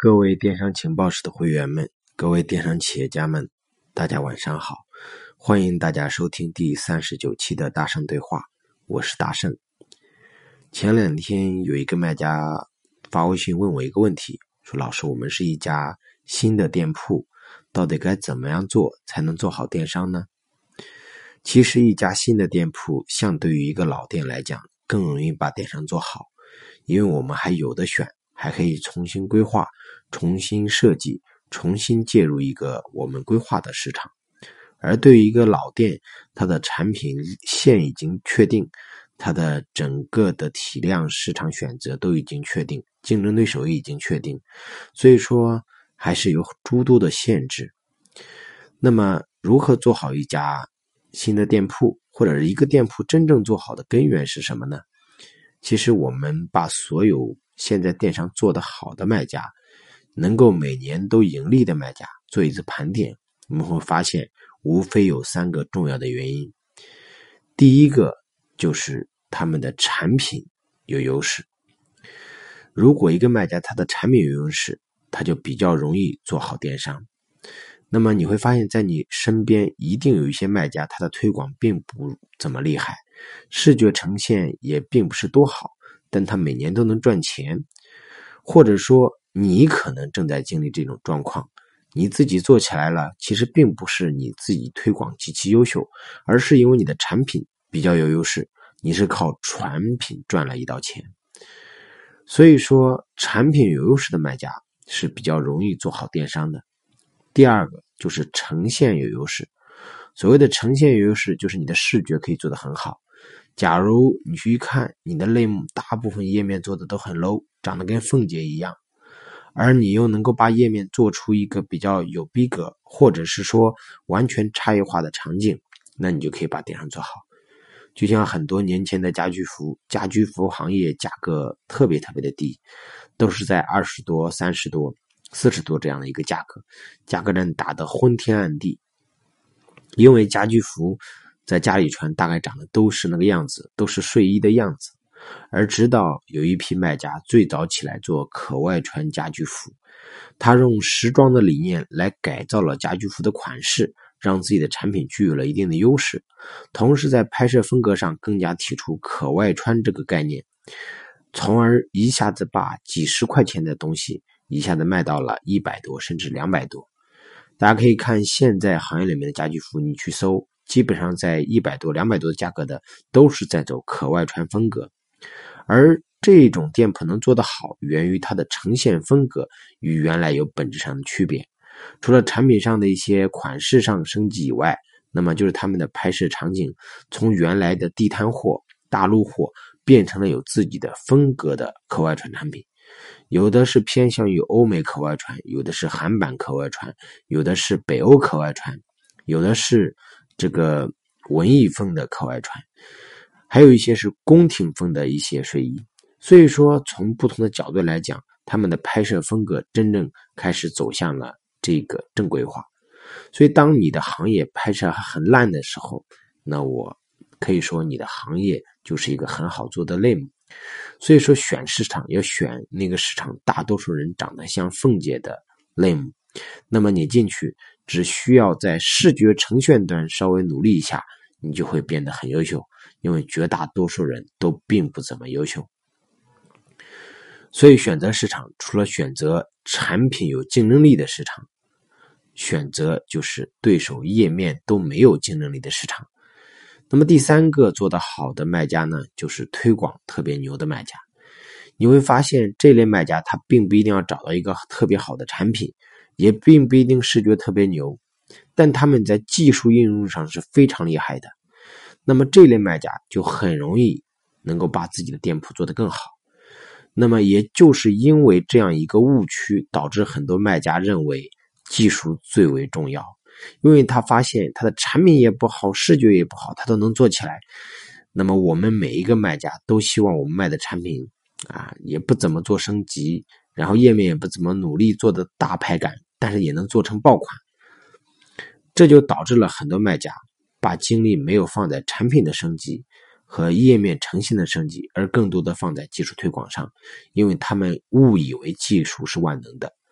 各位电商情报室的会员们，各位电商企业家们，大家晚上好，欢迎大家收听第39期的大圣对话，我是大圣。前两天有一个卖家发微信问我一个问题，说老师，我们是一家新的店铺，到底该怎么样做才能做好电商呢？其实一家新的店铺相对于一个老店来讲，更容易把电商做好，因为我们还有的选，还可以重新规划，重新设计，重新介入一个我们规划的市场。而对于一个老店，它的产品线已经确定，它的整个的体量市场选择都已经确定，竞争对手也已经确定，所以说还是有诸多的限制。那么如何做好一家新的店铺，或者是一个店铺真正做好的根源是什么呢？其实我们把所有现在电商做得好的卖家，能够每年都盈利的卖家做一次盘点，我们会发现无非有3个重要的原因。第一个就是他们的产品有优势。如果一个卖家他的产品有优势，他就比较容易做好电商。那么你会发现在你身边一定有一些卖家，他的推广并不怎么厉害，视觉呈现也并不是多好，但他每年都能赚钱。或者说你可能正在经历这种状况，你自己做起来了，其实并不是你自己推广极其优秀，而是因为你的产品比较有优势，你是靠产品赚了一道钱。所以说产品有优势的卖家是比较容易做好电商的。第二个就是呈现有优势。所谓的呈现有优势，就是你的视觉可以做得很好。假如你去看你的类目，大部分页面做的都很 low， 长得跟凤姐一样，而你又能够把页面做出一个比较有逼格，或者是说完全差异化的场景，那你就可以把电商做好。就像很多年前的家居服行业价格特别的低，都是在20多、30多、40多这样的一个价格战打得昏天暗地。因为家居服在家里穿大概长得都是那个样子，都是睡衣的样子。而直到有一批卖家最早起来做可外穿家居服，他用时装的理念来改造了家居服的款式，让自己的产品具有了一定的优势，同时在拍摄风格上更加提出可外穿这个概念，从而一下子把几十块钱的东西一下子卖到了100多甚至200多。大家可以看现在行业里面的家居服，你去搜，基本上在100多、200多的价格的都是在走可外穿风格。而这种店铺能做得好，源于它的呈现风格与原来有本质上的区别。除了产品上的一些款式上升级以外，那么就是他们的拍摄场景从原来的地摊货、大陆货变成了有自己的风格的可外穿产品。有的是偏向于欧美可外穿，有的是韩版可外穿，有的是北欧可外穿，有的是这个文艺风的可外穿，还有一些是宫廷风的一些睡衣。所以说从不同的角度来讲，他们的拍摄风格真正开始走向了这个正规化。所以当你的行业拍摄还很烂的时候，那我可以说你的行业就是一个很好做的类目。所以说选市场要选那个市场大多数人长得像凤姐的类目，那么你进去只需要在视觉呈现端稍微努力一下，你就会变得很优秀，因为绝大多数人都并不怎么优秀。所以选择市场除了选择产品有竞争力的市场，选择就是对手页面都没有竞争力的市场。那么第3个做得好的卖家呢，就是推广特别牛的卖家。你会发现这类卖家他并不一定要找到一个特别好的产品，也并不一定视觉特别牛，但他们在技术应用上是非常厉害的。那么这类卖家就很容易能够把自己的店铺做得更好。那么也就是因为这样一个误区，导致很多卖家认为技术最为重要，因为他发现他的产品也不好，视觉也不好，他都能做起来。那么我们每一个卖家都希望我们卖的产品也不怎么做升级，然后页面也不怎么努力做的大排感，但是也能做成爆款。这就导致了很多卖家把精力没有放在产品的升级和页面呈现的升级，而更多的放在技术推广上，因为他们误以为技术是万能的。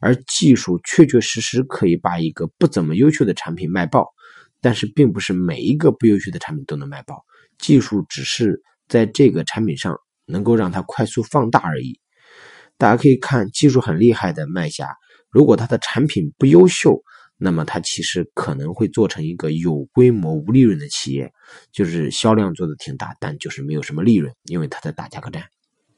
而技术确确实实可以把一个不怎么优秀的产品卖爆，但是并不是每一个不优秀的产品都能卖爆，技术只是在这个产品上能够让它快速放大而已。大家可以看技术很厉害的卖家，如果他的产品不优秀，那么他其实可能会做成一个有规模无利润的企业，就是销量做得挺大，但就是没有什么利润，因为他在打价格战。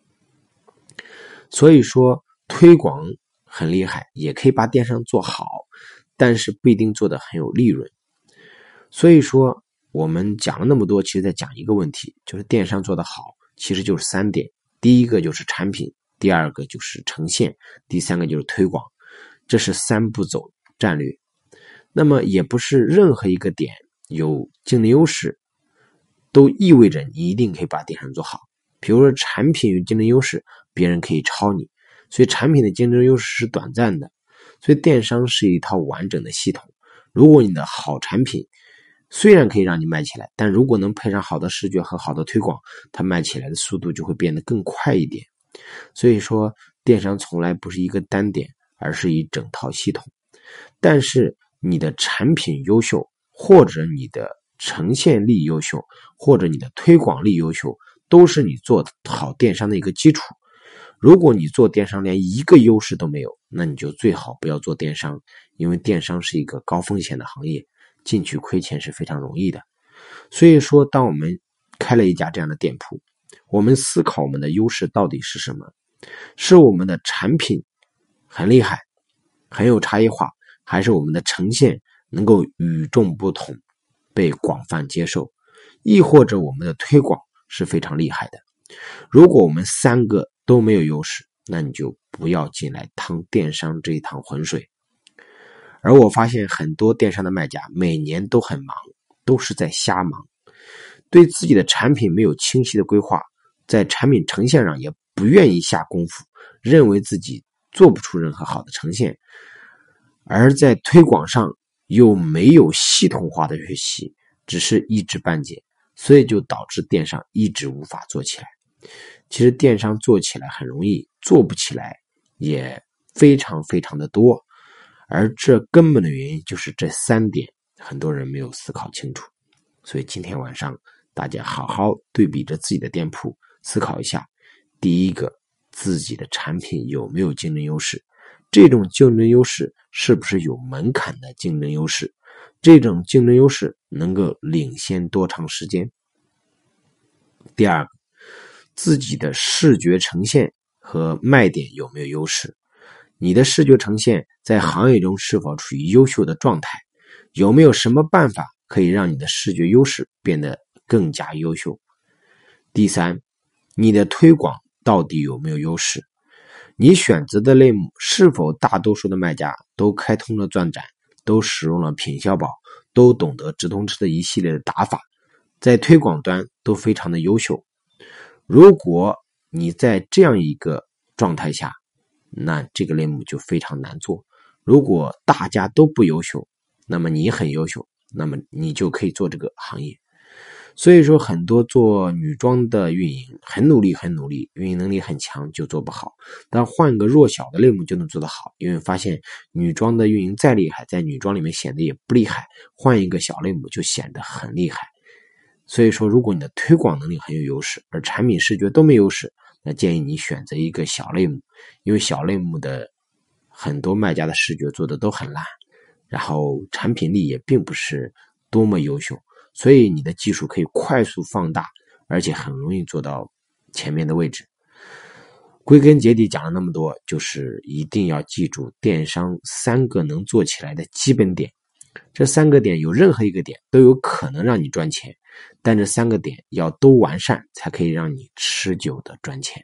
所以说推广很厉害，也可以把电商做好，但是不一定做得很有利润。所以说我们讲了那么多，其实在讲一个问题，就是电商做得好其实就是3点，第一个就是产品，第二个就是呈现，第三个就是推广，这是3步走战略。那么也不是任何一个点有竞争优势都意味着你一定可以把电商做好。比如说产品有竞争优势，别人可以抄你，所以产品的竞争优势是短暂的。所以电商是一套完整的系统，如果你的好产品虽然可以让你卖起来，但如果能配上好的视觉和好的推广，它卖起来的速度就会变得更快一点。所以说电商从来不是一个单点，而是一整套系统。但是你的产品优秀，或者你的呈现力优秀，或者你的推广力优秀，都是你做好电商的一个基础。如果你做电商连一个优势都没有，那你就最好不要做电商，因为电商是一个高风险的行业，进去亏钱是非常容易的。所以说当我们开了一家这样的店铺，我们思考我们的优势到底是什么，是我们的产品很厉害很有差异化，还是我们的呈现能够与众不同被广泛接受，亦或者我们的推广是非常厉害的。如果我们3个都没有优势，那你就不要进来趟电商这一趟浑水。而我发现很多电商的卖家每年都很忙，都是在瞎忙，对自己的产品没有清晰的规划，在产品呈现上也不愿意下功夫，认为自己做不出任何好的呈现，而在推广上又没有系统化的学习，只是一知半解，所以就导致电商一直无法做起来。其实电商做起来很容易，做不起来也非常非常的多，而这根本的原因就是这3点很多人没有思考清楚。所以今天晚上大家好好对比着自己的店铺，思考一下，第一个，自己的产品有没有竞争优势，这种竞争优势是不是有门槛的竞争优势，这种竞争优势能够领先多长时间。第二个，自己的视觉呈现和卖点有没有优势，你的视觉呈现在行业中是否处于优秀的状态，有没有什么办法可以让你的视觉优势变得更加优秀。第三，你的推广到底有没有优势，你选择的类目是否大多数的卖家都开通了钻展，都使用了品效宝，都懂得直通车的一系列的打法，在推广端都非常的优秀。如果你在这样一个状态下，那这个类目就非常难做。如果大家都不优秀，那么你很优秀，那么你就可以做这个行业。所以说很多做女装的运营很努力，运营能力很强，就做不好，但换一个弱小的类目就能做得好，因为发现女装的运营再厉害，在女装里面显得也不厉害，换一个小类目就显得很厉害。所以说如果你的推广能力很有优势，而产品视觉都没优势，那建议你选择一个小类目，因为小类目的很多卖家的视觉做的都很烂，然后产品力也并不是多么优秀，所以你的技术可以快速放大，而且很容易做到前面的位置。归根结底讲了那么多，就是一定要记住电商3个能做起来的基本点，这3个点有任何一个点都有可能让你赚钱，但这3个点要都完善，才可以让你持久的赚钱。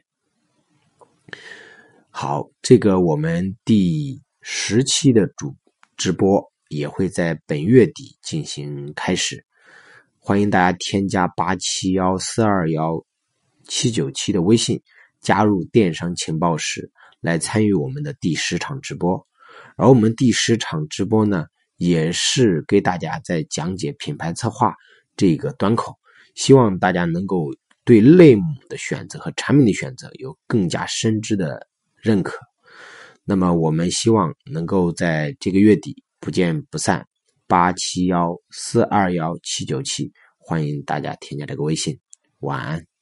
好，这个我们第10期的直播也会在本月底进行开始，欢迎大家添加871421797的微信，加入电商情报室来参与我们的第10场直播。而我们第10场直播呢，也是给大家在讲解品牌策划这个端口，希望大家能够对类目的选择和产品的选择有更加深知的认可。 那么我们希望能够在这个月底不见不散，871-421-797，欢迎大家添加这个微信。晚安。